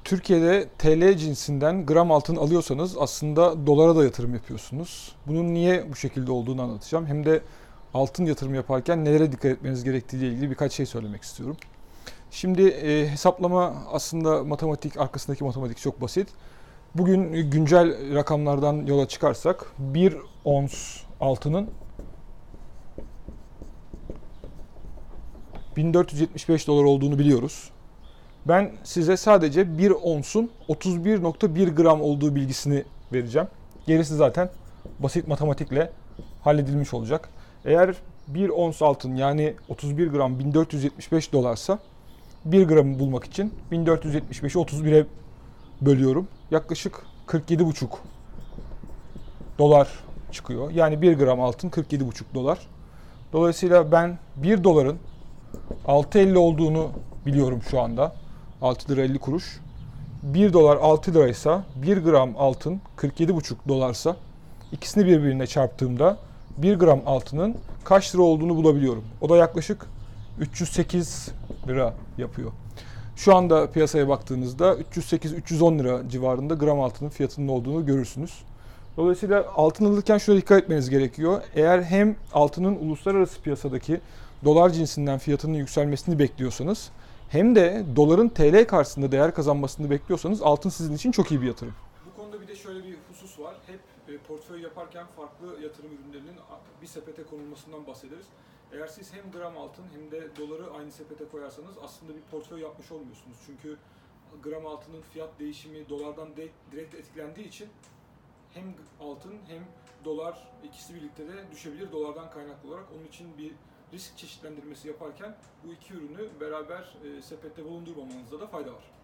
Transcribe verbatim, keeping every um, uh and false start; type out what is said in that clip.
Türkiye'de T L cinsinden gram altın alıyorsanız aslında dolara da yatırım yapıyorsunuz. Bunun niye bu şekilde olduğunu anlatacağım. Hem de altın yatırım yaparken nelere dikkat etmeniz gerektiği ile ilgili birkaç şey söylemek istiyorum. Şimdi e, hesaplama aslında matematik, arkasındaki matematik çok basit. Bugün güncel rakamlardan yola çıkarsak bir ons altının bin dört yüz yetmiş beş dolar olduğunu biliyoruz. Ben size sadece bir onsun otuz bir nokta bir gram olduğu bilgisini vereceğim. Gerisi zaten basit matematikle halledilmiş olacak. Eğer bir ons altın yani otuz bir gram bin dört yüz yetmiş beş dolarsa bir gramı bulmak için bin dört yüz yetmiş beşi otuz bire bölüyorum. Yaklaşık kırk yedi buçuk dolar çıkıyor. Yani bir gram altın kırk yedi buçuk dolar. Dolayısıyla ben bir doların altı elli olduğunu biliyorum şu anda. altı lira elli kuruş. bir dolar altı liraysa bir gram altın kırk yedi buçuk dolarsa ikisini birbirine çarptığımda bir gram altının kaç lira olduğunu bulabiliyorum. O da yaklaşık üç yüz sekiz lira yapıyor. Şu anda piyasaya baktığınızda üç yüz sekiz üç yüz on lira civarında gram altının fiyatının olduğunu görürsünüz. Dolayısıyla altın alırken şuna dikkat etmeniz gerekiyor. Eğer hem altının uluslararası piyasadaki dolar cinsinden fiyatının yükselmesini bekliyorsanız hem de doların T L karşısında değer kazanmasını bekliyorsanız altın sizin için çok iyi bir yatırım. Bu konuda bir de şöyle bir husus var. Hep e, portföy yaparken farklı yatırım ürünlerinin bir sepete konulmasından bahsederiz. Eğer siz hem gram altın hem de doları aynı sepete koyarsanız aslında bir portföy yapmış olmuyorsunuz. Çünkü gram altının fiyat değişimi dolardan de, direkt etkilendiği için hem altın hem dolar ikisi birlikte de düşebilir dolardan kaynaklı olarak. Onun için bir risk çeşitlendirmesi yaparken bu iki ürünü beraber e, sepette bulundurmamanızda da fayda var.